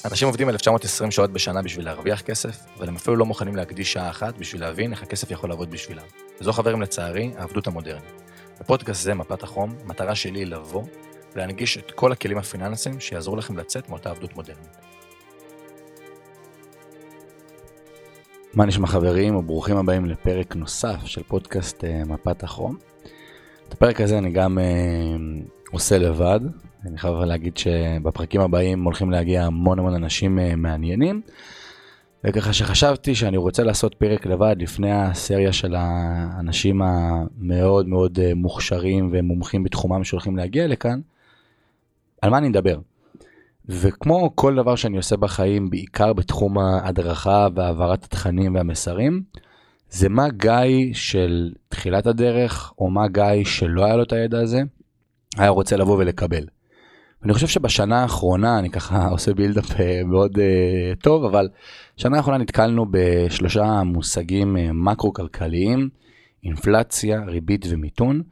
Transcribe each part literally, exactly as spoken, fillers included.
אנשים עובדים אלף תשע מאות ועשרים שעות בשנה בשביל להרוויח כסף, אבל הם אפילו לא מוכנים להקדיש שעה אחת בשביל להבין איך הכסף יכול לעבוד בשבילם. וזו, חברים, לצערי, העבדות המודרנית. בפודקאסט זה, מפת החום, המטרה שלי היא לבוא ולהנגיש את כל הכלים הפיננסיים שיעזרו לכם לצאת מאותה עבדות מודרנית. מה נשמע, חברים, וברוכים הבאים לפרק נוסף של פודקאסט מפת החום. את הפרק הזה אני גם אה, עושה לבד. אני חייב להגיד שבפרקים הבאים הולכים להגיע המון המון אנשים אה, מעניינים. וככה שחשבתי שאני רוצה לעשות פרק לבד לפני הסריה של האנשים המאוד מאוד אה, מוכשרים ומומחים בתחומם שהולכים להגיע לכאן. על מה אני מדבר? וכמו כל דבר שאני עושה בחיים, בעיקר בתחום ההדרכה והעברת התכנים והמסרים, זה מה גיא של תחילת הדרך, או מה גיא שלא היה לו את הידע הזה, היה רוצה לבוא ולקבל. אני חושב שבשנה האחרונה, אני ככה עושה בילדאפ מאוד uh, טוב, אבל בשנה האחרונה נתקלנו בשלושה מושגים uh, מקרו-כלכליים, אינפלציה, ריבית ומיתון,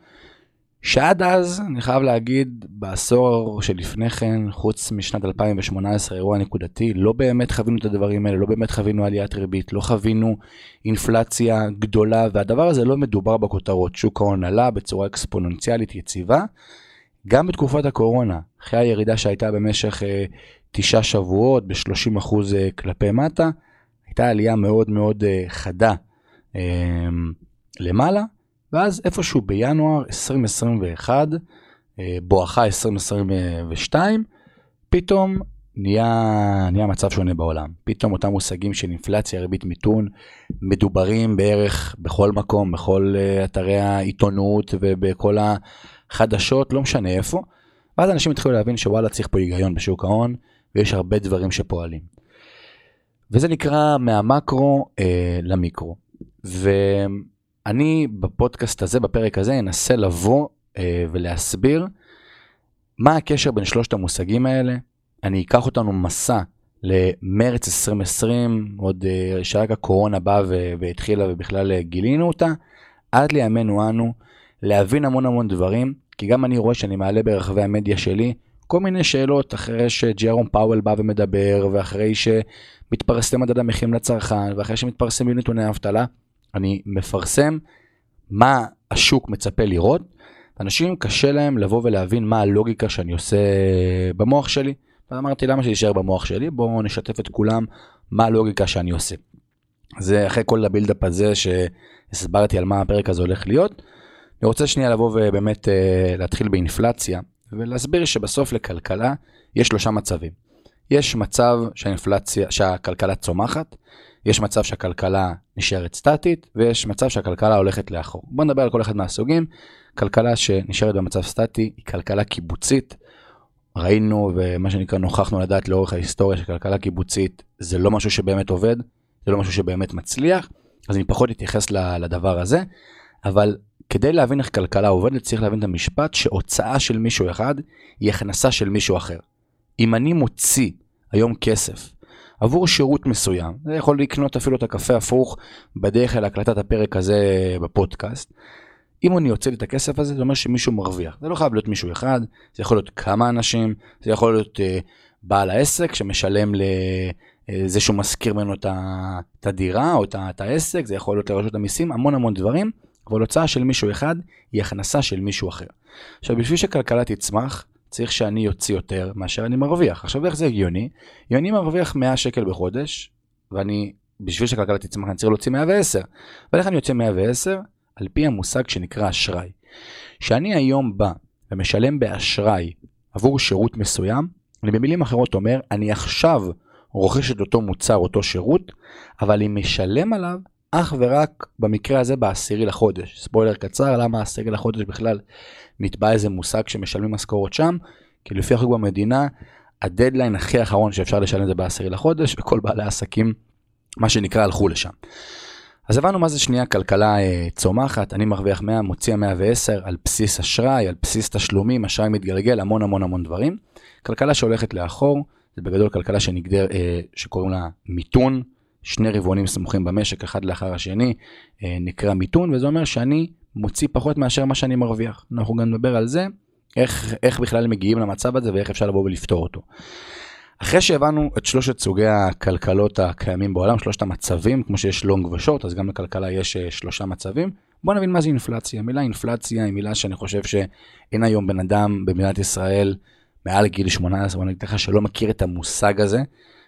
שעד אז, אני חייב להגיד, בעשור שלפני כן, חוץ משנת אלפיים שמונה עשרה, אירוע נקודתי, לא באמת חווינו את הדברים האלה, לא באמת חווינו עליית ריבית, לא חווינו אינפלציה גדולה, והדבר הזה לא מדובר בכותרות. שוק ההון עלה בצורה אקספוננציאלית יציבה, גם בתקופת הקורונה, אחרי הירידה שהייתה במשך אה, תשעה שבועות, ב-שלושים אחוז אה, כלפי מטה, הייתה עלייה מאוד מאוד אה, חדה אה, למעלה, ואז איפשהו בינואר עשרים עשרים ואחת, בואכה עשרים עשרים ושתיים, פתאום נהיה, נהיה מצב שונה בעולם. פתאום אותם מושגים של אינפלציה, ריבית, מיתון, מדוברים בערך בכל מקום, בכל אתרי העיתונות ובכל החדשות, לא משנה איפה. ואז אנשים התחילו להבין שוואלה, צריך פה היגיון בשוק ההון, ויש הרבה דברים שפועלים. וזה נקרא מהמקרו אה, למיקרו. ו... אני בפודקאסט הזה, בפרק הזה, אנסה לבוא אה, ולהסביר מה הקשר בין שלושת המושגים האלה. אני אקח אותנו מסע למרץ עשרים עשרים, עוד אה, שרק הקורונה באה והתחילה ובכלל גילינו אותה, עד לימינו אנו, להבין המון המון דברים, כי גם אני רואה שאני מעלה ברחבי המדיה שלי, כל מיני שאלות אחרי שג'רום פאוול בא ומדבר, ואחרי שמתפרסם מדד המחירים לצרכן, ואחרי שמתפרסמים נתוני האבטלה, אני מפרסם מה השוק מצפה לראות. אנשים קשה להם לבוא ולהבין מה הלוגיקה שאני עושה במוח שלי. ואמרתי, למה שישאר במוח שלי? בואו נשתף את כולם מה הלוגיקה שאני עושה. זה אחרי כל הבילדאפ הזה שהסברתי על מה הפרק הזה הולך להיות. אני רוצה שנייה לבוא ובאמת להתחיל באינפלציה, ולהסביר שבסוף לכלכלה יש שלושה מצבים. יש מצב שהאינפלציה, שהכלכלה צומחת, יש מצב שהכלכלה נשארת סטטית, ויש מצב שהכלכלה הולכת לאחור. בואו נדבר על כל אחד מהסוגים. כלכלה שנשארת במצב סטטי היא כלכלה קיבוצית. ראינו ומה שנקרא נוכחנו לדעת לאורך ההיסטוריה שכלכלה קיבוצית זה לא משהו שבאמת עובד, זה לא משהו שבאמת מצליח, אז אני פחות אתייחס לדבר הזה, אבל כדי להבין איך כלכלה עובדת צריך להבין את המשפט שהוצאה של מישהו אחד היא הכנסה של מישהו אחר. אם אני מוציא היום כסף עבור שירות מסוים, זה יכול לקנות אפילו את הקפה הפוך בדרך אל הקלטת הפרק הזה בפודקאסט. אם אני יוצא לי את הכסף הזה, זה אומר שמישהו מרוויח. זה לא חייב להיות מישהו אחד, זה יכול להיות כמה אנשים, זה יכול להיות uh, בעל העסק שמשלם לזה שהוא מזכיר ממנו את הדירה או את העסק, זה יכול להיות לרשות המיסים, המון המון דברים, אבל הוצאה של מישהו אחד היא הכנסה של מישהו אחר. עכשיו, בשביל שכלכלה תצמח, צריך שאני יוציא יותר מאשר אני מרוויח. עכשיו, איך זה הגיוני? אני מרוויח מאה שקל בחודש, ואני, בשביל שכלכלה תצמח, אני צריך להוציא מאה ועשר. אבל איך אני יוצא מאה ועשר? על פי המושג שנקרא אשראי. שאני היום בא ומשלם באשראי עבור שירות מסוים, אני במילים אחרות אומר, אני עכשיו רוכש את אותו מוצר, אותו שירות, אבל אני משלם עליו אך ורק במקרה הזה בעשירי לחודש. ספוילר קצר, למה העשירי לחודש בכלל נתבע איזה מושג שמשלמים משכורות שם? כי לפי החוק במדינה, הדדליין הכי האחרון שאפשר לשלם זה בעשירי לחודש, וכל בעלי העסקים, מה שנקרא, הלכו לשם. אז הבנו מה זה שנייה כלכלה אה, צומחת, אני מרוויח מאה, מוציא מאה ועשר על בסיס אשראי, על בסיס תשלומים, אשראי מתגלגל, המון המון המון דברים. כלכלה שהולכת לאחור, זה בגדול כלכלה שנגדר, אה, שקוראים לה מיתון, שני רבעונים סמוכים במשק, אחד לאחר השני, אה, נקרא מיתון, וזה אומר שאני מוציא פחות מאשר מה שאני מרוויח. אנחנו גם נדבר על זה, איך, איך בכלל מגיעים למצב הזה, ואיך אפשר לבוא ולפתור אותו. אחרי שהבנו את שלושת סוגי הכלכלות הקיימים בעולם, שלושת המצבים, כמו שיש לונג ושורט, אז גם לכלכלה יש שלושה מצבים. בואו נבין מה זה אינפלציה. המילה אינפלציה היא מילה שאני חושב שאין היום בן אדם במדינת ישראל מעל גיל שמונה עשרה, אני אגיד לך שלא מכיר את המושג הזה,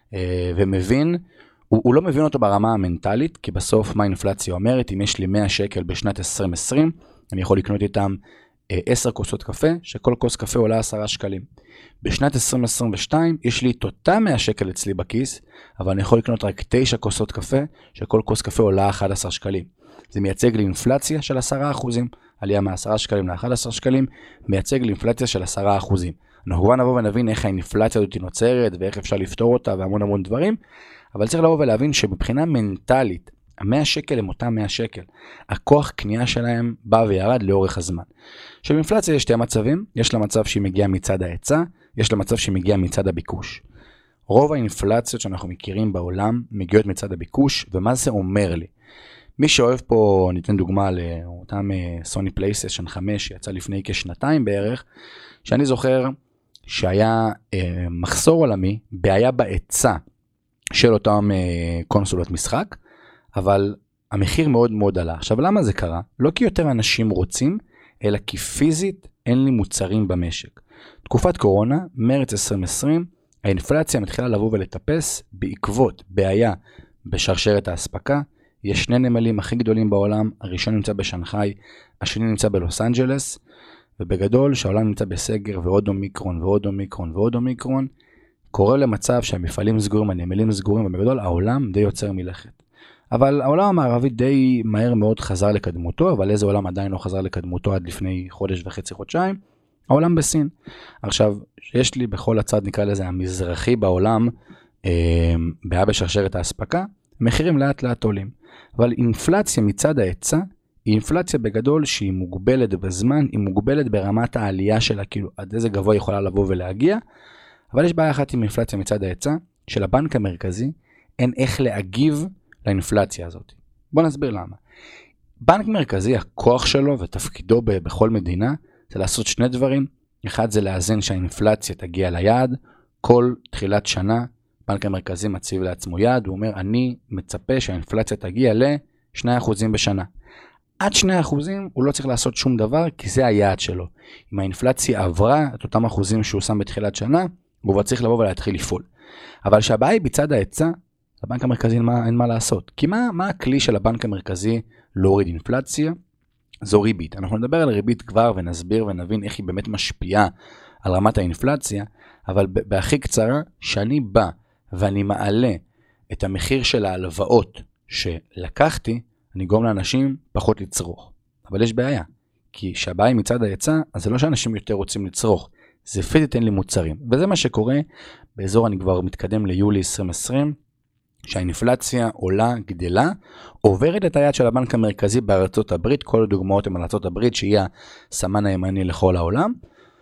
ומבין, הוא, הוא לא מבין אותו ברמה המנטלית, כי בסוף מה אינפלציה אומרת, אם יש לי מאה שקל בשנת עשרים עשרים, אני יכול לקנות איתם עשר כוסות קפה, שכל כוס קפה עולה עשרה שקלים. בשנת עשרים עשרים ושתיים יש לי את אותה מאה שקל אצלי בכיס, אבל אני יכול לקנות רק תשע כוסות קפה, שכל כוס קפה עולה אחד עשר שקלים. זה מייצג לי אינפלציה של עשרה אחוזים, עלייה מ-עשרה שקלים ל-אחד עשר שקלים, מייצג לי אינפלציה של עשרה אחוזים. אנחנו כבר נבוא ונבין איך האינפלציה הזאת נוצרת, ואיך אפשר לפתור אותה, והמון המון דברים, אבל צריך לבוא ולהבין שמבחינה מנטלית, ה-מאה שקל הם אותם מאה שקל. הכוח קנייה שלהם בא וירד לאורך הזמן. עכשיו, אינפלציה יש שתי מצבים, יש לה מצב שהיא מגיעה מצד ההיצע, יש לה מצב שהיא מגיעה מצד הביקוש. רוב האינפלציות שאנחנו מכירים בעולם מגיעות מצד הביקוש, ומה זה אומר לי? מי שאוהב פה, ניתן דוגמה לאותם סוני פלייסטיישן חמש, שיצא לפני כשנתיים בערך, שאני זוכר שהיה אה, מחסור עולמי, בעיה בהיצע של אותם אה, קונסולות משחק, אבל המחיר מאוד מאוד עלה. עכשיו, למה זה קרה? לא כי יותר אנשים רוצים, אלא כי פיזית אין לי מוצרים במשק. תקופת קורונה, מרץ עשרים עשרים, האינפלציה מתחילה לבוא ולטפס בעקבות בעיה בשרשרת האספקה. יש שני נמלים הכי גדולים בעולם, הראשון נמצא בשנגחאי, השני נמצא בלוס אנג'לס, ובגדול שהעולם נמצא בסגר ועוד אומיקרון ועוד אומיקרון ועוד אומיקרון, קורה למצב שהמפעלים סגורים, הנמלים סגורים, ובגדול העולם די יוצר מלכת. אבל העולם המערבי די מהר מאוד חזר לקדמותו, אבל איזה עולם עדיין לא חזר לקדמותו עד לפני חודש וחצי, חודשיים? העולם בסין. עכשיו, יש לי בכל הצד, נקרא לזה המזרחי בעולם, אה, בעיה בשרשרת האספקה, מחירים לאט לאט עולים. אבל אינפלציה מצד ההיצע, היא אינפלציה בגדול שהיא מוגבלת בזמן, היא מוגבלת ברמת העלייה שלה, כאילו עד איזה גבוה יכולה לבוא ולהגיע, אבל יש בעיה אחת עם אינפלציה מצד ההיצע, של הבנק המרכזי, אין איך להגיב לאינפלציה הזאת. בוא נסביר למה. בנק מרכזי, הכוח שלו ותפקידו בכל מדינה, זה לעשות שני דברים. אחד זה לאזן שהאינפלציה תגיע ליעד. כל תחילת שנה, בנק המרכזי מציב לעצמו יעד, הוא אומר, אני מצפה שהאינפלציה תגיע ל-שני אחוזים בשנה. עד שני אחוזים הוא לא צריך לעשות שום דבר, כי זה היעד שלו. אם האינפלציה עברה את אותם אחוזים שהוא שם בתחילת שנה, הוא כבר צריך לבוא ולהתחיל לפעול. אבל שהבעיה היא בצד ההיצע, לבנק המרכזי אין מה, אין מה לעשות. כי מה, מה הכלי של הבנק המרכזי להוריד אינפלציה? זו ריבית. אנחנו נדבר על ריבית כבר ונסביר ונבין איך היא באמת משפיעה על רמת האינפלציה, אבל בהכי קצרה, שאני בא ואני מעלה את המחיר של ההלוואות שלקחתי, אני גורם לאנשים פחות לצרוך. אבל יש בעיה, כי שהבעיה היא מצד ההיצע, אז זה לא שאנשים יותר רוצים לצרוך, זה פיזית אין לי מוצרים. וזה מה שקורה באזור, אני כבר מתקדם ליולי עשרים עשרים, שהאינפלציה עולה, גדלה, עוברת את היעד של הבנק המרכזי בארצות הברית, כל הדוגמאות הן על ארצות הברית, שהיא הסמן הימני לכל העולם,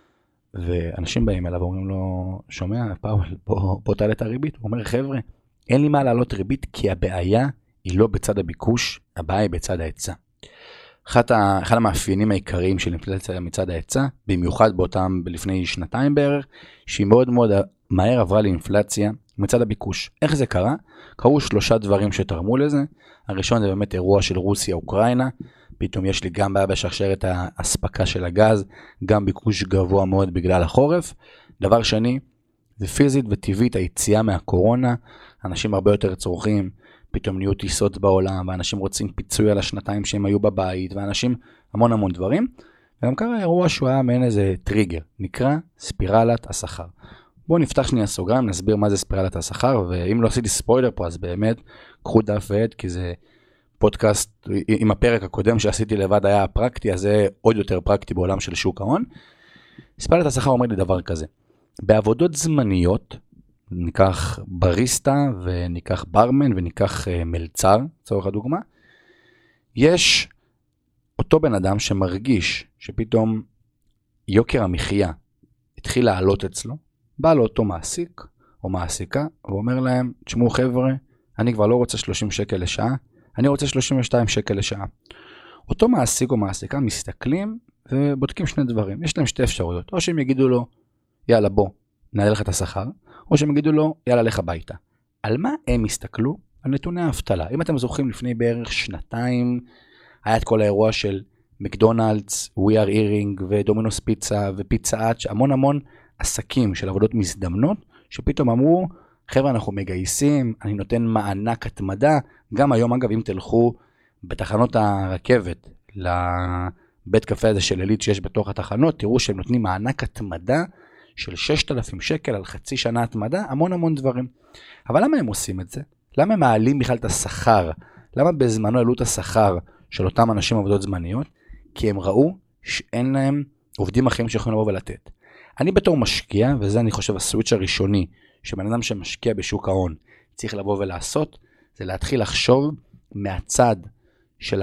ואנשים באים אליו ואומרים לו, שומע, פאול, בוא, בוא תעלה את הריבית. הוא אומר, חבר'ה, אין לי מה לעלות ריבית, כי הבעיה היא לא בצד הביקוש, הבעיה היא בצד ההיצע. אחד, ה, אחד המאפיינים העיקריים של אינפלציה מצד ההיצע, במיוחד באותם לפני שנתיים בערך, שהיא מאוד מאוד מהר עברה לאינפלציה מצד הביקוש. איך זה קרה? קרו שלושה דברים שתרמו לזה. הראשון זה באמת אירוע של רוסיה-אוקראינה, פתאום יש לי גם בעיה בשרשרת האספקה של הגז, גם ביקוש גבוה מאוד בגלל החורף. דבר שני, זה פיזית וטבעית היציאה מהקורונה, אנשים הרבה יותר צורכים, פתאום נהיו טיסות בעולם, ואנשים רוצים פיצוי על השנתיים שהם היו בבית, ואנשים המון המון דברים. וגם קרה אירוע שהוא היה מעין איזה טריגר, נקרא ספירלת השכר. בואו נפתח שנייה סוגריים, נסביר מה זה ספירלת השכר, ואם לא עשיתי ספוילר פה, אז באמת, קחו דף ועד, כי זה פודקאסט, עם הפרק הקודם שעשיתי לבד היה פרקטי, אז זה עוד יותר פרקטי בעולם של שוק ההון. ספירלת השכר אומר לי דבר כזה, בעבודות זמניות, ניקח בריסטה, וניקח ברמן, וניקח מלצר, צורך הדוגמה, יש אותו בן אדם שמרגיש שפתאום יוקר המחיה התחיל לעלות אצלו, בא לאותו מעסיק או מעסיקה, ואומר להם, תשמעו חבר'ה, אני כבר לא רוצה שלושים שקל לשעה, אני רוצה שלושים ושתיים שקל לשעה. אותו מעסיק או מעסיקה מסתכלים ובודקים שני דברים. יש להם שתי אפשרויות. או שהם יגידו לו, יאללה בוא, נעלה לך את השכר, או שהם יגידו לו, יאללה, לך הביתה. על מה הם הסתכלו? על נתוני האבטלה. אם אתם זוכרים, לפני בערך שנתיים, היה את כל האירוע של מקדונלדס, We are Eating, ודומינוס פיצה, ופיצה אץ', המון המון עסקים של עבודות מזדמנות, שפתאום אמרו, חבר'ה, אנחנו מגייסים, אני נותן מענק התמדה, גם היום, אגב, אם תלכו בתחנות הרכבת, לבית קפה הזה של אלית שיש בתוך התחנות, תראו שהם נותנים מענק התמדה של שישת אלפים שקל על חצי שנה התמדה, המון המון דברים. אבל למה הם עושים את זה? למה הם מעלים בכלל את השכר? למה בזמנו העלו את השכר של אותם אנשים עבודות זמניות? כי הם ראו שאין להם עובדים אחרים שיכולים לבוא ולתת. אני בתור משקיע, וזה אני חושב הסוויץ' הראשוני, שבן אדם שמשקיע בשוק ההון צריך לבוא ולעשות, זה להתחיל לחשוב מהצד של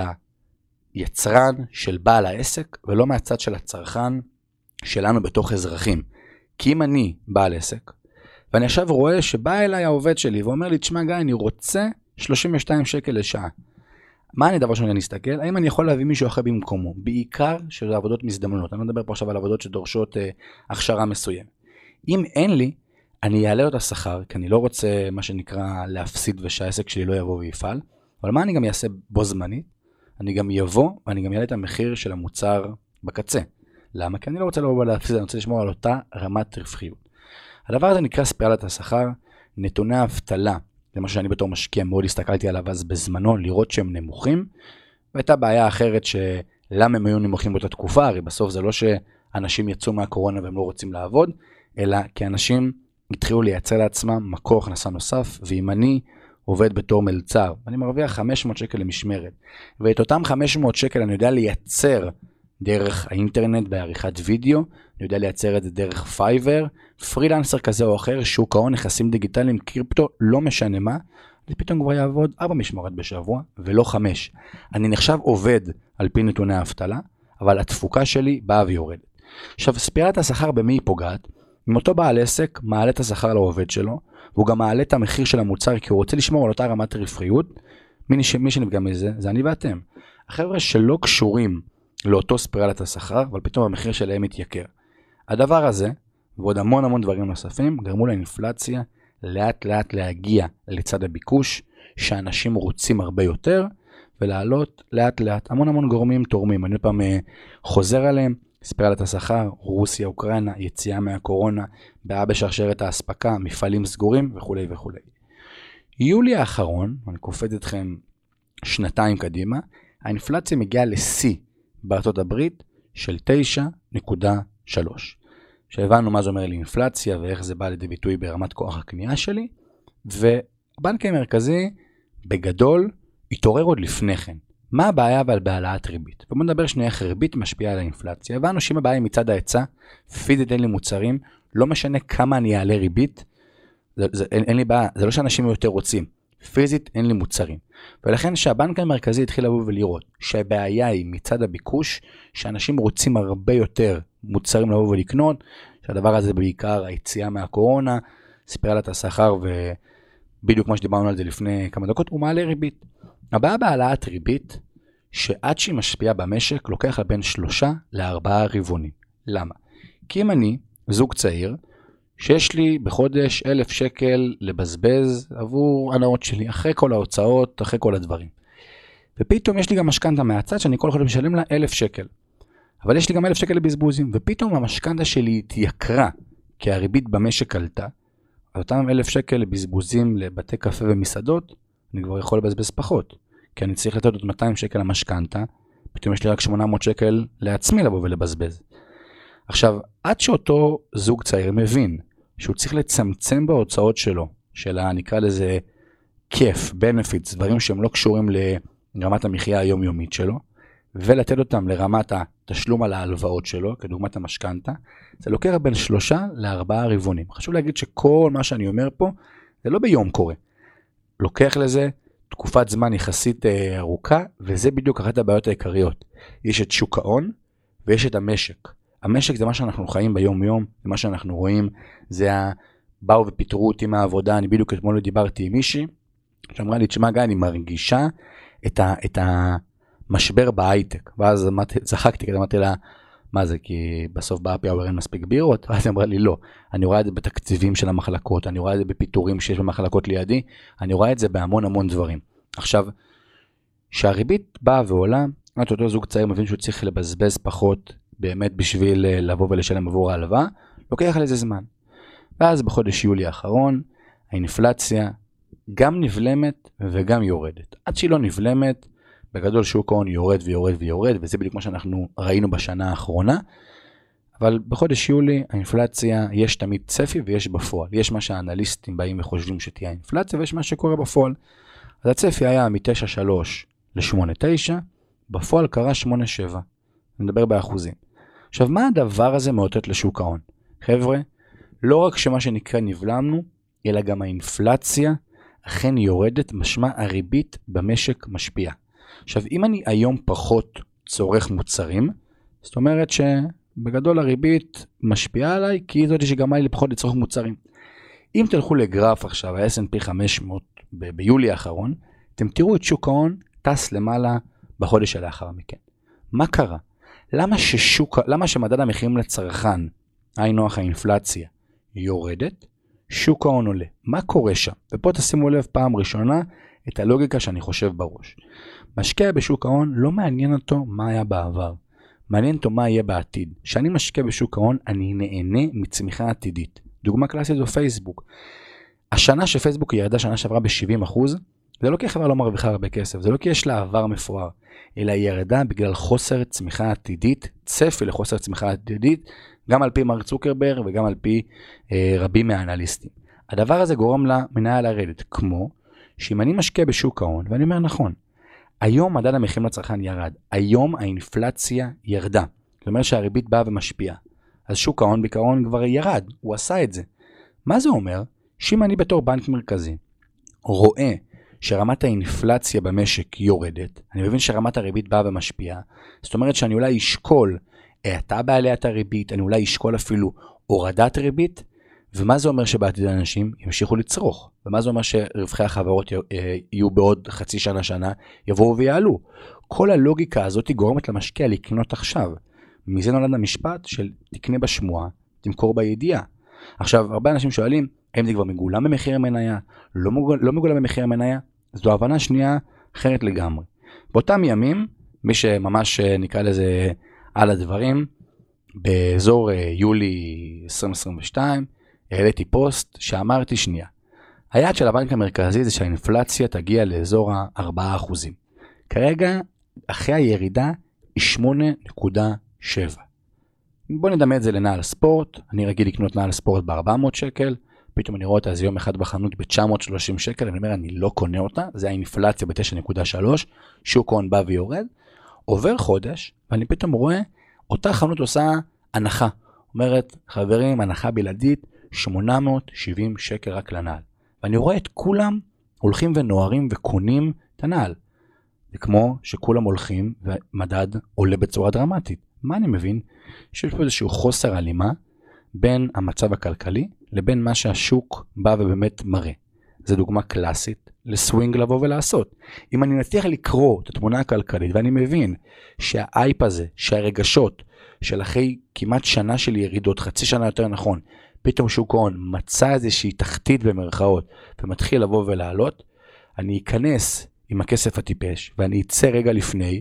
היצרן, של בעל העסק, ולא מהצד של הצרכן שלנו בתוך אזרחים. כי אם אני בעל עסק, ואני עכשיו רואה שבא אליי העובד שלי ואומר לי, תשמע גיא, אני רוצה שלושים ושתיים שקל לשעה. מה אני דבר שאני נסתכל? האם אני יכול להביא מישהו אחר במקומו? בעיקר של עבודות מזדמנות. אני לא מדבר פה עכשיו על עבודות שדורשות אה, הכשרה מסוים. אם אין לי, אני אעלה לו את השכר, כי אני לא רוצה מה שנקרא להפסיד ושהעסק שלי לא יבוא ויפעל. אבל מה אני גם אעשה בו זמנית? אני גם יבוא ואני גם אעלה את המחיר של המוצר בקצה. למה? כי אני לא רוצה לבוא ולהפסיד, אני רוצה לשמור על אותה רמת רווחיות. הדבר הזה נקרא ספירלת השכר, נתוני האבטלה. זה מה שאני בתור משקיע מאוד הסתכלתי עליו אז בזמנו, לראות שהם נמוכים, והייתה בעיה אחרת שלמה הם היו נמוכים באותה תקופה, הרי בסוף זה לא שאנשים יצאו מהקורונה והם לא רוצים לעבוד, אלא כי אנשים התחילו לייצר לעצמם מקור הכנסה נוסף, ואם אני עובד בתור מלצר, ואני מרוויח חמש מאות שקל למשמרת, ואת אותם חמש מאות שקל אני יודע לייצר דרך האינטרנט בעריכת וידאו, אני יודע לייצר את זה דרך פייבר, פרילנסר כזה או אחר, שוק ההון, נכסים דיגיטליים, קריפטו, לא משנה מה, אז פתאום כבר יעבוד ארבע משמרות בשבוע, ולא חמש. אני נחשב עובד על פי נתוני האבטלה, אבל התפוקה שלי באה ויורדת. עכשיו, ספירת השכר במי היא פוגעת? אם אותו בעל עסק מעלה את השכר לעובד שלו, והוא גם מעלה את המחיר של המוצר, כי הוא רוצה לשמור על אותה רמת רווחיות, מי, מי שנפגע מזה, זה אני ואתם. החבר'ה שלא קשורים לאותו ספירלת השכר, אבל פתאום המחיר שלהם מתייקר. הדבר הזה, ועוד המון המון דברים נוספים, גרמו לאינפלציה לאט לאט להגיע לצד הביקוש, שאנשים רוצים הרבה יותר, ולעלות לאט לאט. המון המון גורמים תורמים. אני פעם חוזר עליהם, ספירלת השכר, רוסיה, אוקראינה, יציאה מהקורונה, בעיה בשרשרת האספקה, מפעלים סגורים וכו' וכו'. יולי האחרון, אני קופץ אתכם שנתיים קדימה, האינפלציה מגיעה לשיא בארצות הברית של תשע נקודה שלוש. שהבנו מה זה אומר לי אינפלציה ואיך זה בא לידי ביטוי ברמת כוח הקנייה שלי, והבנק המרכזי בגדול התעורר עוד לפני כן. מה הבעיה אבל בהעלאת ריבית? ובוא נדבר שנייה איך ריבית משפיעה על האינפלציה. הבנו שאם הבעיה מצד ההיצע, פיזית אין לי מוצרים, לא משנה כמה אני אעלה ריבית, זה, זה, אין, אין לי בעיה, זה לא שאנשים יותר רוצים, פיזית אין לי מוצרים. ולכן שהבנק המרכזי התחיל לבוא ולראות שהבעיה היא מצד הביקוש, שאנשים רוצים הרבה יותר מוצרים לבוא ולקנות, שהדבר הזה בעיקר היציאה מהקורונה, ספירלת השכר ובדיוק מה שדיברנו על זה לפני כמה דקות, הוא מעלה ריבית. הבעיה בהעלאת ריבית, שעד שהיא משפיעה במשק, לוקח בין שלושה לארבעה רבעונים. למה? כי אם אני זוג צעיר, שיש לי בחודש אלף שקל לבזבז עבור הנאות שלי, אחרי כל ההוצאות, אחרי כל הדברים. ופתאום יש לי גם משכנתה מהצד, שאני כל חודש משלם לה אלף שקל. אבל יש לי גם אלף שקל לבזבוזים, ופתאום המשכנתה שלי התייקרה, כי הריבית במשק עלתה, על אותם אלף שקל לבזבוזים לבתי קפה ומסעדות, אני כבר יכול לבזבז פחות, כי אני צריך לתת עוד מאתיים שקל למשכנתה, פתאום יש לי רק שמונה מאות שקל לעצמי לבוא ולבזבז. עכשיו, עד שאותו זוג צעיר מבין שהוא צריך לצמצם בהוצאות שלו, שלה נקרא לזה כיף, benefits, דברים שהם לא קשורים לרמת המחיה היומיומית שלו, ולתת אותם לרמת התשלום על ההלוואות שלו, כדוגמת המשכנתה, זה לוקח בין שלושה לארבעה רבעונים. חשוב להגיד שכל מה שאני אומר פה, זה לא ביום קורה. לוקח לזה תקופת זמן יחסית ארוכה, וזה בדיוק אחת הבעיות העיקריות. יש את שוק ההון, ויש את המשק. המשק זה מה שאנחנו חיים ביום יום, זה מה שאנחנו רואים, זה באו ופיתרו אותי מהעבודה, אני בדיוק אתמול דיברתי עם מישהי, שאמרה לי, תשמע גיא, אני מרגישה את, ה, את המשבר בהייטק, ואז צחקתי, כי אמרתי לה, מה זה? כי בסוף באפי האוור אין מספיק בירות? אז היא אמרה לי, לא. אני רואה את זה בתקציבים של המחלקות, אני רואה את זה בפיתורים שיש במחלקות לידי, אני רואה את זה בהמון המון דברים. עכשיו, שהריבית באה ועולה, את אותו זוג צעיר מבין שהוא צריך לבזבז פחות באמת בשביל לבוא ולשלם עבור ההלוואה, לוקח על איזה זמן. ואז בחודש יולי האחרון, האינפלציה גם נבלמת וגם יורדת. עד שהיא לא נבלמת, בגדול שוק ההון יורד ויורד ויורד, וזה בדיוק מה שאנחנו ראינו בשנה האחרונה, אבל בחודש יולי האינפלציה יש תמיד צפי ויש בפועל. יש מה שהאנליסטים באים וחושבים שתהיה האינפלציה, ויש מה שקורה בפועל. אז הצפי היה מ-תשע נקודה שלוש ל-שמונה נקודה תשע, בפועל קרה שמונה נקודה שבע. נדבר באחוזים. עכשיו, מה הדבר הזה מאותת לשוק ההון? חבר'ה, לא רק שמה שנקרא נבלמנו, אלא גם האינפלציה אכן יורדת, משמע הריבית במשק משפיעה. עכשיו, אם אני היום פחות צורך מוצרים, זאת אומרת שבגדול הריבית משפיעה עליי, כי זאת שגרמה לי פחות לצורך מוצרים. אם תלכו לגרף עכשיו, ה-אס אנד פי חמש מאות ב- ביולי האחרון, אתם תראו את שוק ההון טס למעלה בחודש שלאחר מכן. מה קרה? למה ששוק, למה שמדד המחירים לצרכן, היינו נוח האינפלציה, יורדת, שוק ההון עולה? מה קורה שם? ופה תשימו לב פעם ראשונה את הלוגיקה שאני חושב בראש. משקיע בשוק ההון לא מעניין אותו מה היה בעבר, מעניין אותו מה יהיה בעתיד. כשאני משקיע בשוק ההון אני נהנה מצמיחה עתידית. דוגמה קלאסית זו פייסבוק. השנה שפייסבוק ירדה שנה שעברה ב-שבעים אחוז, זה לא כי החברה לא מרוויחה הרבה כסף, זה לא כי יש לה עבר מפואר, אלא היא ירדה בגלל חוסר צמיחה עתידית, צפי לחוסר צמיחה עתידית, גם על פי מרק צוקרברג וגם על פי אה, רבים מהאנליסטים. הדבר הזה גורם למניה לרדת, כמו שאם אני משקיע בשוק ההון, ואני אומר נכון, היום מדד המחירים לצרכן ירד, היום האינפלציה ירדה, זאת אומרת שהריבית באה ומשפיעה, אז שוק ההון בעיקרון כבר ירד, הוא עשה את זה. מה זה אומר? שאם אני בתור בנק מרכזי רואה שרמת האינפלציה במשק יורדת, אני מבין שרמת הריבית באה ומשפיעה, זאת אומרת שאני אולי אשכול האטה בעליית הריבית, אני אולי אשכול אפילו הורדת ריבית, ומה זה אומר שבעתיד האנשים ימשיכו לצרוך? ומה זה אומר שרווחי החברות יהיו בעוד חצי שנה שנה, יבואו ויעלו? כל הלוגיקה הזאת גורמת למשקיע לקנות עכשיו. מזה נולד המשפט של תקנה בשמועה, תמכור בידיעה. עכשיו, הרבה אנשים שואלים, האם זה כבר מגולם במחיר המניה? לא, מגול, לא מגולם במחיר המניה? זו הבנה שנייה אחרת לגמרי. באותם ימים, מי שממש נקרא לזה על הדברים, באזור יולי עשרים עשרים ושתיים, העליתי פוסט שאמרתי שנייה. היעד של הבנק המרכזי זה שהאינפלציה תגיע לאזור ה-ארבעה אחוזים. כרגע, אחרי הירידה, היא שמונה נקודה שבע. בואו נדמה את זה לנעל ספורט. אני רגיל לקנות נעל ספורט ב-ארבע מאות שקל, פתאום אני רואה אותה אז יום אחד בחנות ב-תשע מאות ושלושים שקל, אני אומר, אני לא קונה אותה, זה האינפלציה ב-תשע נקודה שלוש, שוק ההון בא ויורד, עובר חודש, ואני פתאום רואה, אותה חנות עושה הנחה. אומרת, חברים, הנחה בלעדית, שמונה מאות ושבעים שקל רק לנעל. ואני רואה את כולם הולכים ונוערים וקונים את הנעל. זה כמו שכולם הולכים ומדד עולה בצורה דרמטית. מה אני מבין? שיש פה איזשהו חוסר הלימה בין המצב הכלכלי לבין מה שהשוק בא ובאמת מראה. זו דוגמה קלאסית לסווינג לבוא ולעשות. אם אני נצליח לקרוא את התמונה הכלכלית ואני מבין שהאייפ הזה, שהרגשות של אחרי כמעט שנה של ירידות, חצי שנה יותר נכון, פתאום שוק ההון מצא איזושהי תחתית במרכאות ומתחיל לבוא ולעלות, אני אכנס עם הכסף הטיפש ואני אצא רגע לפני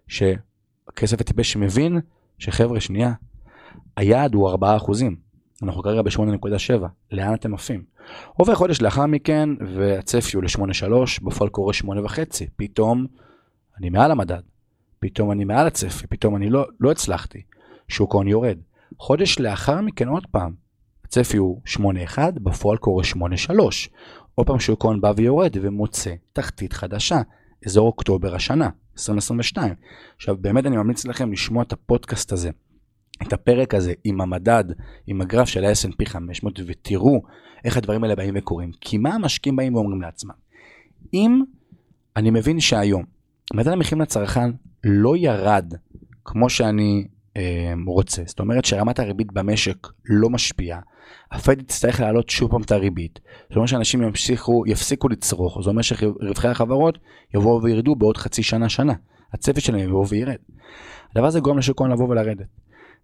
שהכסף הטיפש שמבין שחבר'ה שנייה, היעד הוא ארבעה אחוזים. אנחנו כרגע ב-שמונה נקודה שבע. לאן אתם עפים? עובר חודש לאחר מכן והצפי הוא ל-שמונה נקודה שלוש, בפועל קורה שמונה וחצי. פתאום אני מעל המדד. פתאום אני מעל הצפי. פתאום אני לא, לא הצלחתי. שוק ההון יורד. חודש לאחר מכן עוד פעם. הצפי הוא שמונה נקודה אחת, בפועל קורה שמונה נקודה שלוש. עוד פעם שוק ההון בא ויורד ומוצא תחתית חדשה. אזור אוקטובר השנה, עשרים עשרים ושתיים. עכשיו באמת אני ממליץ לכם לשמוע את הפודקאסט הזה. את הפרק הזה עם המדד, עם הגרף של ה-אס אנד פי חמש מאות, ותראו איך הדברים האלה באים וקורים. כי מה המשקיעים באים ואומרים לעצמם? אם אני מבין שהיום מדד המחירים לצרכן לא ירד כמו שאני אה, רוצה, זאת אומרת שרמת הריבית במשק לא משפיעה, הפד יצטרך להעלות שוב פעם את הריבית, זאת אומרת שאנשים ימשיכו, יפסיקו לצרוך, זאת אומרת שרווחי החברות יבואו וירדו בעוד חצי שנה, שנה. הצפי שלהם יבואו וירד. הדבר הזה גורם לשוק ההון לבוא ולרדת.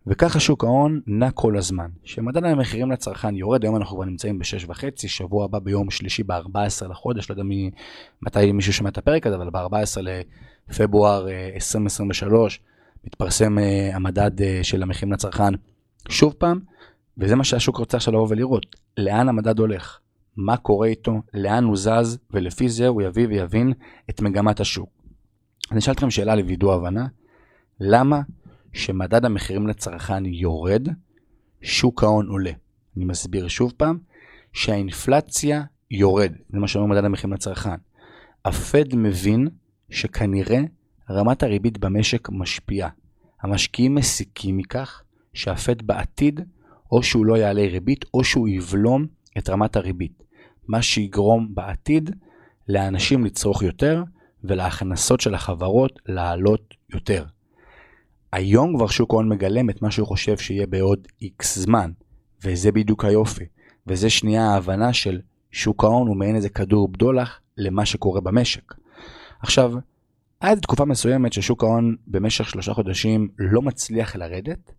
וככה שוק ההון נע כל הזמן. שמדד המחירים לצרכן יורד, היום אנחנו כבר נמצאים ב-שש וחצי, שבוע הבא ביום שלישי ב-ארבעה עשר לחודש, לא יודע מי, מתי מישהו שומע את הפרק הזה, אבל ב-ארבעה עשר לפברואר עשרים עשרים ושלוש מתפרסם uh, המדד uh, של המחירים לצרכן שוב פעם, וזה מה שהשוק רוצה עכשיו לבוא ולראות, לאן המדד הולך, מה קורה איתו, לאן הוא זז, ולפי זה הוא יביא ויבין את מגמת השוק. אני אשאל אתכם שאלה לוידוא הבנה, למה שמדד המחירים לצרכן יורד, שוק ההון עולה? אני מסביר שוב פעם, שהאינפלציה יורד, זה מה שאומר מדד המחירים לצרכן. הפד מבין שכנראה רמת הריבית במשק משפיעה. המשקיעים מסיקים מכך שהפד בעתיד, או שהוא לא יעלה ריבית, או שהוא יבלום את רמת הריבית. מה שיגרום בעתיד לאנשים לצרוך יותר, ולהכנסות של החברות לעלות יותר. היום כבר שוק ההון מגלם את מה שהוא חושב שיהיה בעוד איקס זמן, וזה בדיוק היופי. וזה שנייה ההבנה של שוק ההון הוא מעין איזה כדור בדולח למה שקורה במשק. עכשיו, עד תקופה מסוימת ששוק ההון במשך שלושה חודשים לא מצליח לרדת,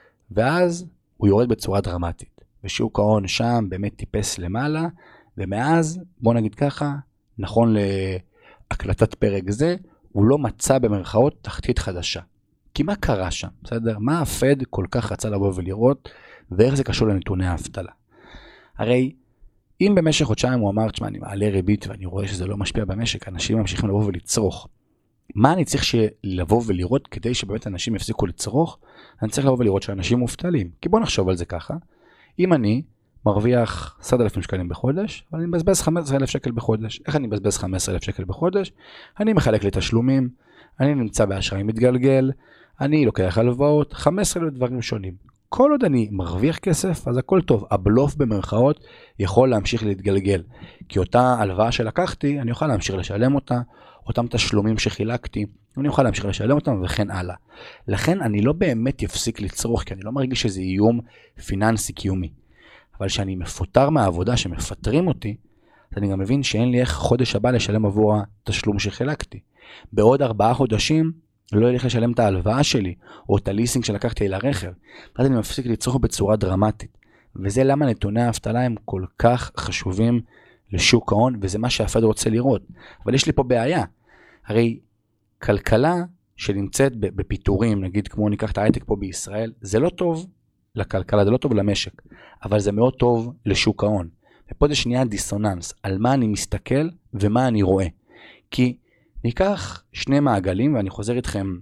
ואז הוא יורד בצורה דרמטית. ושוק ההון שם באמת טיפס למעלה, ומאז, בוא נגיד ככה, נכון להקלטת פרק זה, הוא לא מצא במרכאות תחתית חדשה. כי מה קרה שם? בסדר? מה הפד כל כך רצה לבוא ולראות, ואיך זה קשור לנתוני האבטלה? הרי, אם במשך חודשיים הוא אמר, תשמע, אני מעלה ריבית ואני רואה שזה לא משפיע במשק, אנשים ממשיכים לבוא ולצרוך. מה אני צריך לבוא ולראות כדי שבאמת אנשים יפסיקו לצרוך? אני צריך לבוא ולראות שאנשים מובטלים. כי בוא נחשוב על זה ככה. אם אני מרוויח עשרת אלפים שקלים בחודש, אבל אני מבזבז חמישה עשר אלף שקל בחודש. איך אני מבזבז חמישה עשר אלף שקל בחודש? אני מחלק לתשלומים, אני נמצא באשראי מתגלגל, אני לוקח הלוואות, חמישה עשר אלף דברים שונים. כל עוד אני מרוויח כסף, אז הכל טוב. הבלוף במרכאות יכול להמשיך להתגלגל. כי אותה הלוואה שלקחתי, אני אוכל להמשיך לשלם אותה, אותם תשלומים שחילקתי, אני אוכל להמשיך לשלם אותם וכן הלאה. לכן אני לא באמת יפסיק לצרוך, כי אני לא מרגיש שזה איום פיננסי קיומי. אבל כשאני מפוטר מהעבודה שמפטרים אותי, אז אני גם מבין שאין לי איך חודש הבא לשלם עבור התשלום שחילקתי. בעוד ארבעה חודשים, לא ילך לשלם את ההלוואה שלי, או את הליסינג שלקחתי אל הרכב. אז אני מפסיק לצרוך בצורה דרמטית. וזה למה נתוני האבטלה הם כל כך חשובים לשוק ההון, וזה מה שהפד רוצה לראות. אבל יש לי פה בעיה. הרי כלכלה שנמצאת בפיתורים, נגיד כמו ניקח את ההייטק פה בישראל, זה לא טוב לכלכלה, זה לא טוב למשק, אבל זה מאוד טוב לשוק ההון. ופה זה שנייה דיסוננס, על מה אני מסתכל ומה אני רואה. כי ניקח שני מעגלים, ואני חוזר איתכם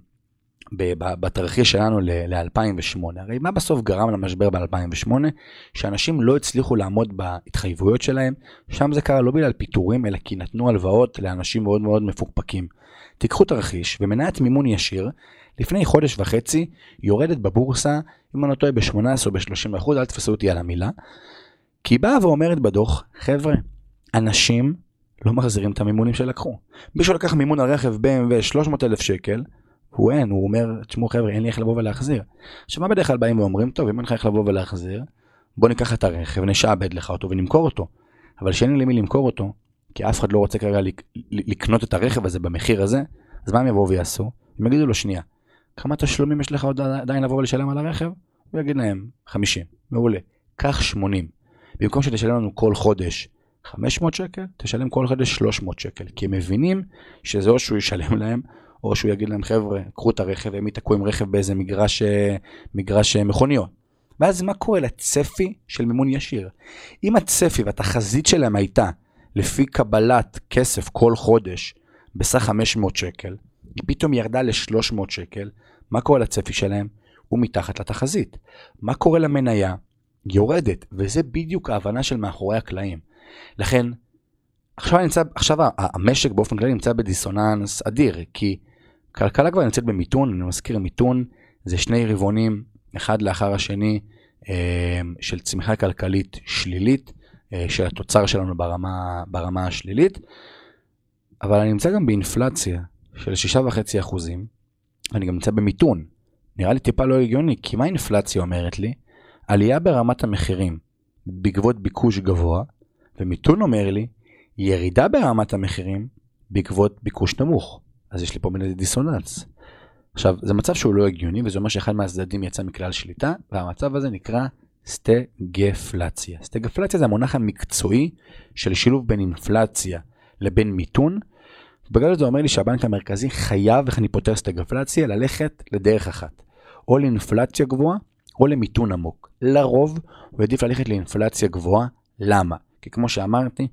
בתרחיש שלנו ל-אלפיים ושמונה. הרי מה בסוף גרם למשבר ב-אלפיים ושמונה? שאנשים לא הצליחו לעמוד בהתחייבויות שלהם. שם זה קרה לא בגלל פיתורים, אלא כי נתנו הלוואות לאנשים מאוד מאוד מפוקפקים. תיקחו תרחיש, ומניית מימון ישיר, לפני חודש וחצי, יורדת בבורסה, אם אני טועה ב-שמונה עשרה או ב-שלושים אחוז, אל תפסו אותי על המילה. כי היא באה ואומרת בדוח, חבר'ה, אנשים לא מחזירים את המימונים שלקחו. מישהו לקח מימון על רכב בי אם דאבליו שלוש מאות אלף שקל, הוא אין, הוא אומר, תשמעו חבר'ה, אין לי איך לבוא ולהחזיר. עכשיו מה בדרך כלל באים ואומרים, טוב, אם אין לך איך לבוא ולהחזיר, בוא ניקח את הרכב, נשעבד לך אותו ונמכור אותו. אבל שאין לי למי למכור אותו, כי אף אחד לא רוצה כרגע לקנות את הרכב הזה במחיר הזה, אז מה הם יבואו ויעשו? הם יגידו לו שנייה, כמה תשלומים יש לך עוד עדיין לבוא ולשלם על הרכב? הוא יגיד להם חמישים, מעולה, קח שמונים. במקום שתשלם לנו כל חודש חמש מאות שקל, תשלם כל חודש שלוש מאות שקל, כי הם מבינים שזה או שהוא ישלם להם, או שהוא יגיד להם חבר'ה, קחו את הרכב, והם יתקעו עם רכב באיזה מגרש, מגרש מכוניות. ואז מה קורה לצפי של מימון ישיר? אם הצפי והתחזית שלהם הייתה לפי קבלת כסף כל חודש בסך חמש מאות שקל, היא פתאום ירדה ל-שלוש מאות שקל, מה קורה לצפי שלהם? הוא מתחת לתחזית. מה קורה למניה? יורדת, וזה בדיוק ההבנה של מאחורי הקלעים. לכן, עכשיו, נמצא, עכשיו המשק באופן כללי נמצא בדיסוננס אדיר, כי כלכלה כבר נמצאת במיתון, אני מזכיר מיתון, זה שני רבעונים, אחד לאחר השני, של צמיחה כלכלית שלילית, של התוצר שלנו ברמה, ברמה השלילית, אבל אני נמצא גם באינפלציה של שישה וחצי אחוזים, ואני גם נמצא במיתון. נראה לי טיפה לא הגיוני, כי מה האינפלציה אומרת לי? עלייה ברמת המחירים, בעקבות ביקוש גבוה, ומיתון אומר לי, ירידה ברמת המחירים, בעקבות ביקוש נמוך. אז יש לי פה מיני דיסוננס. עכשיו, זה מצב שהוא לא הגיוני, וזה אומר שאחד מהצדדים יצא מכלל שליטה, והמצב הזה נקרא סטגפלציה. סטגפלציה זה המונח המקצועי של שילוב בין אינפלציה לבין מיתון, בגלל זה אומר לי שהבנק המרכזי חייב, איך אני פותר סטגפלציה, ללכת לדרך אחת. או לאינפלציה גבוהה, או למיתון עמוק. לרוב, הוא יעדיף ללכת לאינפלציה גבוהה. למה? כי כמו שאמרתי,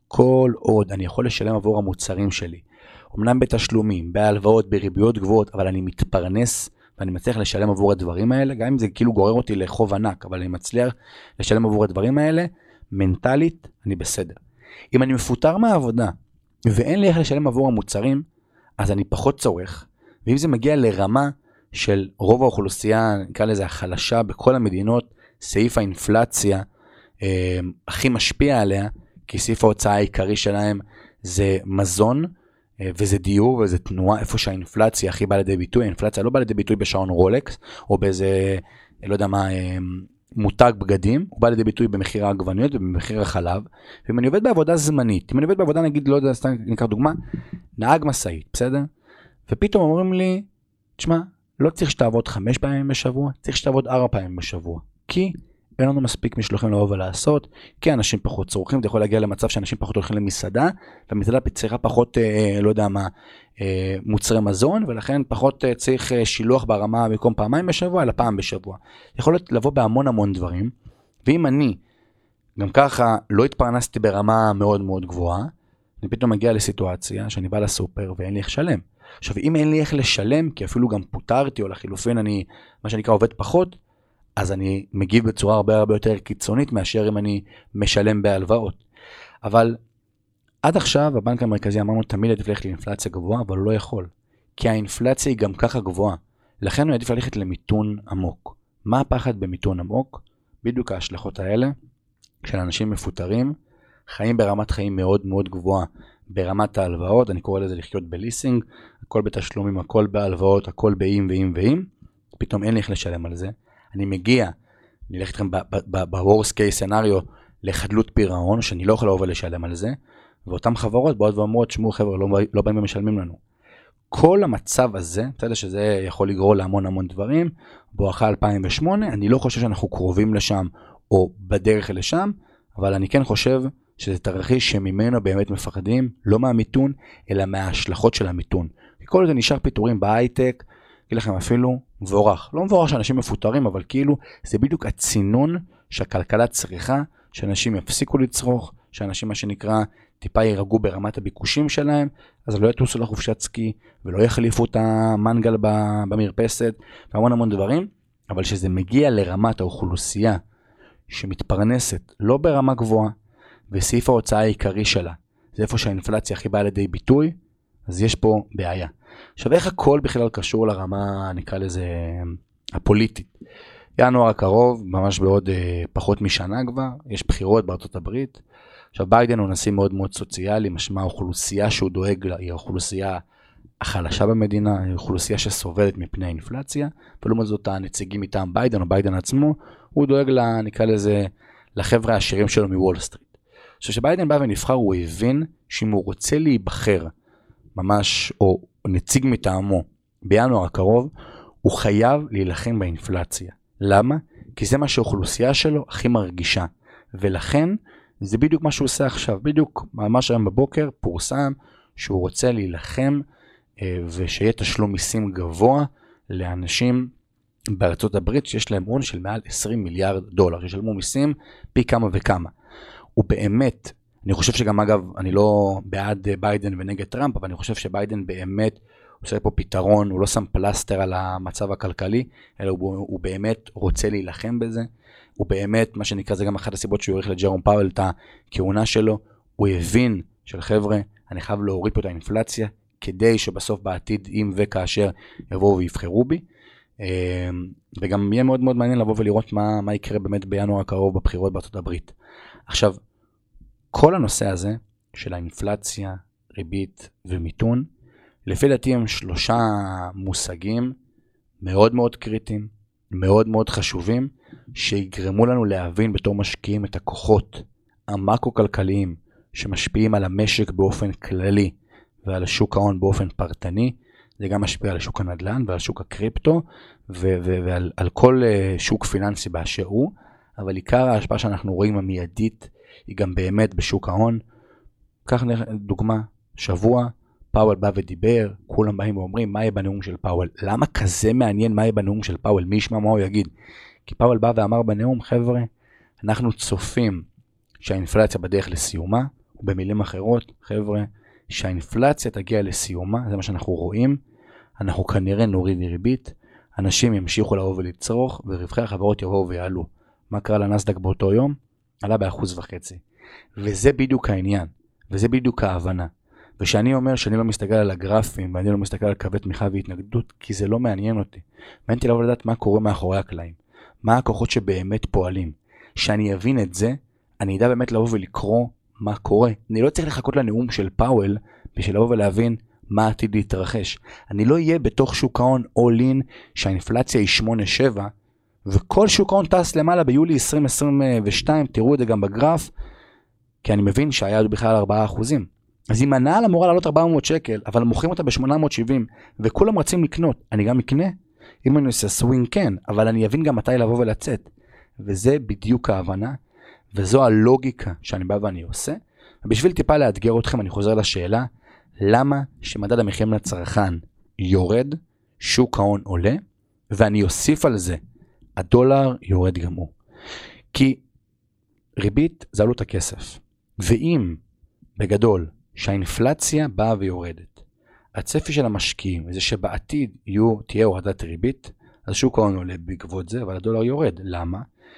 כל עוד אני יכול לשלם עבור המוצרים שלי, אמנם בתשלומים, בהלוואות, בריביות גבוהות, אבל אני מתפרנס ואני מצליח לשלם עבור הדברים האלה, גם אם זה כאילו גורר אותי לחוב ענק, אבל אני מצליח לשלם עבור הדברים האלה, מנטלית אני בסדר. אם אני מפוטר מהעבודה, ואין לי איך לשלם עבור המוצרים, אז אני פחות צורך, ואם זה מגיע לרמה של רוב האוכלוסייה, נקרא לזה החלשה בכל המדינות, סעיף האינפלציה אה, הכי משפיע עליה, כי סעיף ההוצאה העיקרי שלהם זה מזון, אה, וזה דיור, וזה תנועה, איפה שהאינפלציה הכי באה לידי ביטוי, האינפלציה לא באה לידי ביטוי בשעון רולקס, או באיזה, לא יודע מה, אה, מותג בגדים, הוא בא לידי ביטוי במחיר העגבניות ובמחיר החלב, ואם אני עובד בעבודה זמנית, אם אני עובד בעבודה, נגיד, לא יודע, סתם ניקח דוגמה, נהג משאית, בסדר? ופתאום אומרים לי, תשמע, לא צריך שתעבוד חמש פעמים בשבוע, צריך שתעבוד ארבע פעמים בשבוע, כי אין לנו מספיק משלוחים לבוא ולעשות, כי אנשים פחות צורכים, זה יכול להגיע למצב שאנשים פחות הולכים למסעדה, והמסעדה צריכה פחות, אה, לא יודע מה, אה, מוצרי מזון, ולכן פחות אה, צריך אה, שילוח ברמה במקום פעמיים בשבוע, אלא פעם בשבוע. יכול לבוא בהמון המון דברים, ואם אני גם ככה לא התפרנסתי ברמה מאוד מאוד גבוהה, אני פתאום מגיע לסיטואציה שאני בא לסופר ואין לי איך לשלם. עכשיו, אם אין לי איך לשלם, כי אפילו גם פוטרתי, או לחילופין אני, מה שנקרא, עובד פחות, אז אני מגיב בצורה הרבה הרבה יותר קיצונית, מאשר אם אני משלם בהלוואות. אבל עד עכשיו, הבנק המרכזי אמרנו, תמיד עדיף ללכת לאינפלציה גבוהה, אבל הוא לא יכול. כי האינפלציה היא גם ככה גבוהה. לכן הוא עדיף ללכת למיתון עמוק. מה הפחד במיתון עמוק? בדיוק ההשלכות האלה, של אנשים מפוטרים, חיים ברמת חיים מאוד מאוד גבוהה, ברמת ההלוואות, אני קורא לזה לחיות בליסינג, הכל בתשלומים, הכל בהלוואות, הכל באים ואים ואים, פתאום אין לי איך לשלם על זה. אני מגיע, אני אלך איתכם ב-worst case scenario לחדלות פירעון, שאני לא יכול לבוא ולשלם על זה, ואותן חברות באות ואומרות, שמעו חבר'ה, לא, לא באים ומשלמים לנו. כל המצב הזה, בסדר שזה יכול לגרור להמון המון דברים, בואכה אלפיים ושמונה, אני לא חושב שאנחנו קרובים לשם, או בדרך לשם, אבל אני כן חושב שזה תרחיש שממנו באמת מפחדים, לא מהמיתון, אלא מההשלכות של המיתון. כל זה נשאר פיתורים בהייטק, אגיד לכם אפילו מבורך. לא מבורך שאנשים מפוטרים, אבל כאילו זה בדיוק הצינון שהכלכלה צריכה, שאנשים יפסיקו לצרוך, שאנשים מה שנקרא טיפה יירגעו ברמת הביקושים שלהם, אז לא יטוסו לחופשת סקי, ולא יחליפו את המנגל במרפסת, והמון המון דברים, אבל שזה מגיע לרמת האוכלוסייה שמתפרנסת לא ברמה גבוהה, וסעיף ההוצאה העיקרי שלה, זה איפה שהאינפלציה הכי באה לידי ביטוי, אז יש פה בעיה. עכשיו, איך הכל בכלל קשור לרמה, נקרא לזה, הפוליטית? ינואר הקרוב, ממש בעוד אה, פחות משנה כבר, יש בחירות בארצות הברית. עכשיו, ביידן הוא נשיא מאוד מאוד סוציאלי, משמע האוכלוסייה שהוא דואג לה, היא האוכלוסייה החלשה במדינה, היא האוכלוסייה שסובלת מפני האינפלציה, ולעומת זאת הנציגים מטעם ביידן או ביידן עצמו, הוא דואג לה, נקרא לזה, לחבר'ה העשירים שלו מוול סטריט. עכשיו, שביידן בא ונבחר, הוא הבין שאם הוא רוצה להיבחר, ממש, או נציג מטעמו, בינואר הקרוב, הוא חייב להילחם באינפלציה. למה? כי זה מה שהאוכלוסייה שלו הכי מרגישה. ולכן, זה בדיוק מה שהוא עושה עכשיו. בדיוק, ממש היום בבוקר, פורסם שהוא רוצה להילחם, ושיהיה תשלום מיסים גבוה לאנשים בארצות הברית, שיש להם הון של מעל עשרים מיליארד דולר, ישלמו מיסים פי כמה וכמה. הוא באמת, אני חושב שגם אגב, אני לא בעד ביידן ונגד טראמפ, אבל אני חושב שביידן באמת עושה פה פתרון, הוא לא שם פלסטר על המצב הכלכלי, אלא הוא, הוא באמת רוצה להילחם בזה, הוא באמת, מה שנקרא, זה גם אחת הסיבות שהוא יוריך לג'רום פאוול את הכהונה שלו, הוא הבין של חבר'ה, אני חייב להוריד פה את האינפלציה, כדי שבסוף בעתיד, אם וכאשר יבואו ויבחרו בי, וגם יהיה מאוד מאוד מעניין לבוא ולראות מה, מה יקרה באמת בינואר הקרוב בבחירות בארצות הברית. עכשיו, כל הנושא הזה של האינפלציה, ריבית ומיתון, לפי דעתי הם שלושה מושגים מאוד מאוד קריטיים, מאוד מאוד חשובים, שיגרמו לנו להבין בתור משקיעים את הכוחות המקרו-כלכליים שמשפיעים על המשק באופן כללי ועל שוק ההון באופן פרטני. זה גם משפיע על שוק הנדל"ן ועל שוק הקריפטו, ו- ו- ועל על כל uh, שוק פיננסי באשר הוא, אבל עיקר ההשפעה שאנחנו רואים המיידית, היא גם באמת בשוק ההון. כך דוגמה, שבוע, פאוול בא ודיבר, כולם באים ואומרים, מה יהיה בנאום של פאוול? למה כזה מעניין מה יהיה בנאום של פאוול? מי ישמע מה הוא יגיד? כי פאוול בא ואמר בנאום, חבר'ה, אנחנו צופים שהאינפלציה בדרך לסיומה, ובמילים אחרות, חבר'ה, שהאינפלציה תגיע לסיומה, זה מה שאנחנו רואים, אנחנו כנראה נוריד ריבית, אנשים ימשיכו לבוא ולצרוך, ורווחי החברות יבואו ויעלו. מה קרה לנסדק באותו יום? עלה באחוז וחצי. וזה בדיוק העניין, וזה בדיוק ההבנה. ושאני אומר שאני לא מסתכל על הגרפים, ואני לא מסתכל על קווי תמיכה והתנגדות, כי זה לא מעניין אותי. מעניין אותי לבוא לדעת מה קורה מאחורי הקלעים. מה הכוחות שבאמת פועלים. שאני אבין את זה, אני ידע באמת לבוא ולקרוא מה קורה. אני לא צריך לחכות לנאום של פאוול, בשביל לבוא ולהבין מה עתיד להתרחש. אני לא אהיה בתוך שוק ההון all in, שהאינפלציה היא שמונה שבע, וכל שוק ההון טס למעלה ביולי עשרים עשרים ושתיים, תראו את זה גם בגרף, כי אני מבין שהיעד בכלל ארבעה אחוזים. אז אם הנעל אמורה לעלות ארבע מאות שקל, אבל מוכרים אותה ב-שמונה מאות שבעים, וכולם רצים לקנות, אני גם אקנה? אם אני עושה סווינג כן, אבל אני אבין גם מתי לבוא ולצאת. וזה בדיוק ההבנה, וזו הלוגיקה שאני בא ואני עושה. ובשביל טיפה לאתגר אתכם, אני חוזר לשאלה, למה שמדד המחירים לצרכן יורד, שוק ההון עולה, ואני אוסיף על זה, הדולר יורד גם הוא. כי ריבית זה עלות הכסף. ואם בגדול שהאינפלציה באה ויורדת, הצפי של המשקיעים זה שבעתיד יהיו, תהיה הורדת ריבית, אז שוק ההון עולה בעקבות זה, אבל הדולר יורד. למה?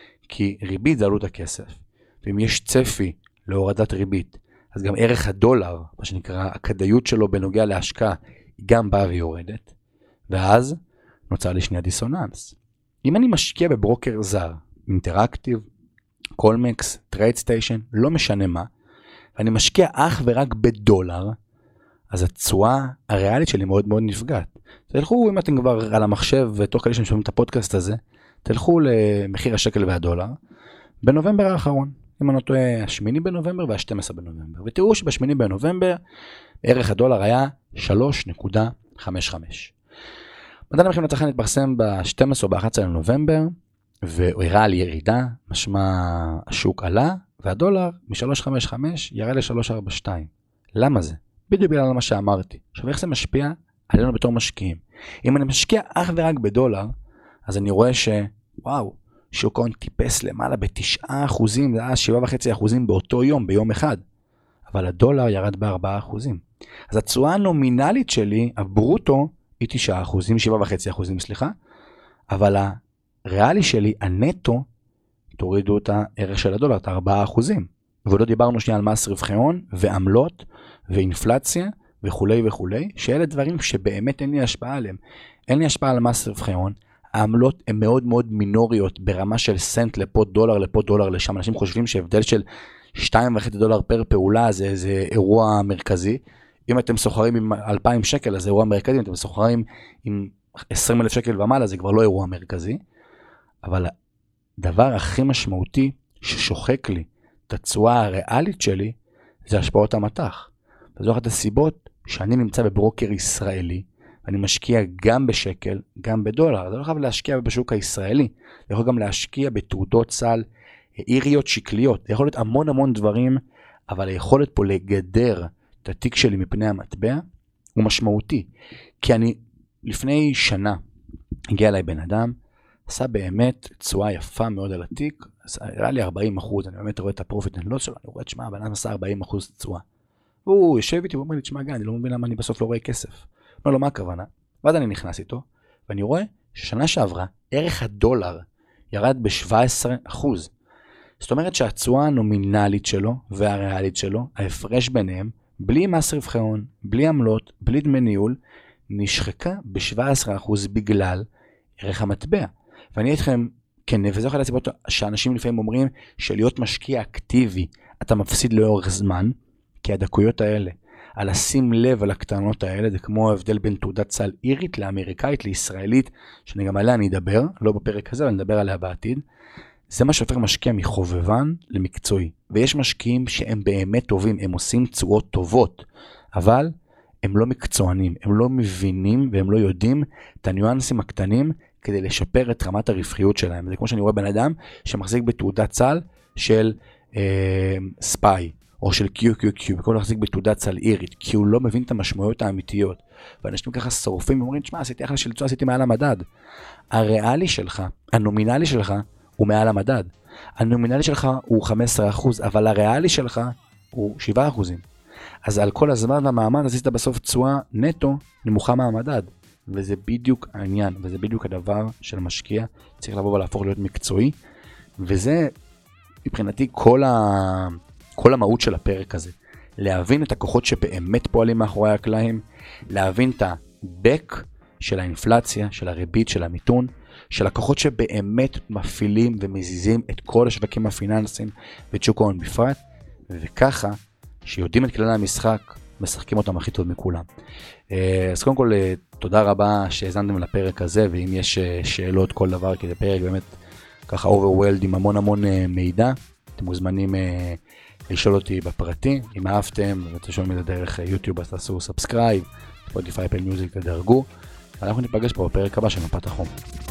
כי ריבית זה עלות הכסף. ואם יש צפי להורדת ריבית, אז גם ערך הדולר, מה שנקרא, הכדאיות שלו בנוגע להשקעה, היא גם באה ויורדת. ואז נוצר לי שנייה דיסוננס. אם אני משקיע בברוקר זר, אינטראקטיב, קולמקס, טרייד סטיישן, לא משנה מה, ואני משקיע אך ורק בדולר, אז התשואה הריאלית שלי מאוד מאוד נפגעת. תלכו, אם אתם כבר על המחשב, ותוך כדי שמשומעים את הפודקאסט הזה, תלכו למחיר השקל והדולר, בנובמבר האחרון, אם אני לא טועה, השמיני בנובמבר והשתים עשרה בנובמבר, ותראו שבשמיני בנובמבר, ערך הדולר היה שלוש נקודה חמש חמש. מדד המחירים לצרכן התפרסם ב-שתים עשרה או ב-אחד עשר לנובמבר, והוא הראה על ירידה, משמע השוק עלה, והדולר מ-שלוש נקודה חמש חמש ירד ל-שלוש נקודה ארבע שתיים. למה זה? בדיוק בגלל מה שאמרתי. עכשיו, איך זה משפיע עלינו בתור משקיעים? אם אני משקיע אך ורק בדולר, אז אני רואה ש, וואו, שוק ההון טיפס למעלה ב-תשעה אחוזים, זה היה שבעה נקודה חמש אחוזים באותו יום, ביום אחד. אבל הדולר ירד ב-ארבעה אחוזים. אז התשואה הנומינלית שלי, הברוטו, היא תשעה אחוזים, שבעה נקודה חמש אחוזים, סליחה. אבל הריאלי שלי, הנטו, תורידו את הערך של הדולר, את ארבעה אחוזים. ולא דיברנו שנייה על מס רווחי הון, ועמלות, ואינפלציה, וכו' וכו', שאלה דברים שבאמת אין לי השפעה עליהם. אין לי השפעה על מס רווחי הון, העמלות הן מאוד מאוד מינוריות, ברמה של סנט לפה דולר, לפה דולר לשם. אנשים חושבים שהבדל של שתיים וחצי דולר פר פעולה, זה, זה אירוע מרכזי. אם אתם סוחרים עם אלפיים שקל, אז זה אירוע מרכזי. אם אתם סוחרים עם עשרים אלף שקל ומעלה, זה כבר לא אירוע מרכזי. אבל הדבר הכי משמעותי ששוחק לי את התשואה הריאלית שלי, זה השפעות המתח. וזו אחת הסיבות שאני נמצא בברוקר ישראלי, ואני משקיע גם בשקל, גם בדולר. זה לא חייב להשקיע בשוק הישראלי, זה יכול גם להשקיע בתעודות סל, איריות שקליות. זה יכול להיות המון המון דברים, אבל היכולת פה לגדר את התיק שלי מפני המטבע, הוא משמעותי. כי אני, לפני שנה, הגיע אליי בן אדם, עשה באמת תשואה יפה מאוד על התיק, הראה לי ארבעים אחוז, אני באמת רואה את הפרופיט אנד לוס שלו, אני רואה, תשמע, הבן אדם עשה ארבעים אחוז תשואה. והוא יושב איתי ואומר לי, תשמע גן, אני לא מבין למה אני בסוף לא רואה כסף. לא, לא, מה הכוונה? ואז אני נכנס איתו, ואני רואה ששנה שעברה, ערך הדולר ירד ב-שבעה עשר אחוז. זאת אומרת שהתשואה הנומינלית שלו והריאלית שלו, ההפרש ביניהם, בלי מס רווחי הון, בלי עמלות, בלי דמי ניהול, נשחקה ב-שבעה עשר אחוז בגלל ערך המטבע. ואני אתכם, כן, וזו אחת הסיבות שאנשים לפעמים אומרים שלהיות משקיע אקטיבי, אתה מפסיד לאורך זמן, כי הדקויות האלה, על לשים לב על הקטנות האלה, זה כמו ההבדל בין תעודת סל אירית לאמריקאית, לישראלית, שאני גם עליה אני אדבר, לא בפרק הזה, אבל אני אדבר עליה בעתיד. זה מה שהופך משקיע מחובבן למקצועי. ויש משקיעים שהם באמת טובים, הם עושים תשואות טובות, אבל הם לא מקצוענים, הם לא מבינים והם לא יודעים את הניואנסים הקטנים כדי לשפר את רמת הרווחיות שלהם. זה כמו שאני רואה בן אדם שמחזיק בתעודת סל של אה, ספיי, או של קיו קיו קיו, וכל להחזיק בתעודת סל אירית, כי הוא לא מבין את המשמעויות האמיתיות. ואנשים ככה שורפים ואומרים, תשמע, עשיתי אחלה של צוע, עשיתי מעל המדד. הריאלי שלך, הנומינלי שלך, הוא מעל המדד. הנומינלי שלך הוא חמישה עשר אחוז, אבל הריאלי שלך הוא שבעה אחוזים. אז על כל הזמן והמאמץ עשית בסוף צועה נטו נמוכה מהמדד. וזה בדיוק העניין, וזה בדיוק הדבר של משקיע, צריך לבוא ולהפוך להיות מקצועי, וזה מבחינתי כל, ה... כל המהות של הפרק הזה. להבין את הכוחות שבאמת פועלים מאחורי הקלעים, להבין את ה-back של האינפלציה, של הריבית, של המיתון, של הכוחות שבאמת מפעילים ומזיזים את כל השווקים הפיננסיים ואת שוק ההון בפרט, וככה שיודעים את כללי המשחק, משחקים אותם הכי טוב מכולם. אז קודם כל, תודה רבה שהזנתם לפרק הזה, ואם יש שאלות כל דבר, כי זה פרק באמת ככה overwhelmed עם המון המון מידע, אתם מוזמנים לשאול אותי בפרטי. אם אהבתם ואתם שומעים את זה דרך יוטיוב, אז תעשו סאבסקרייב, ספוטיפיי, אפל מיוזיק, תדרגו. אנחנו ניפגש פה בפרק הבא של מפת החום.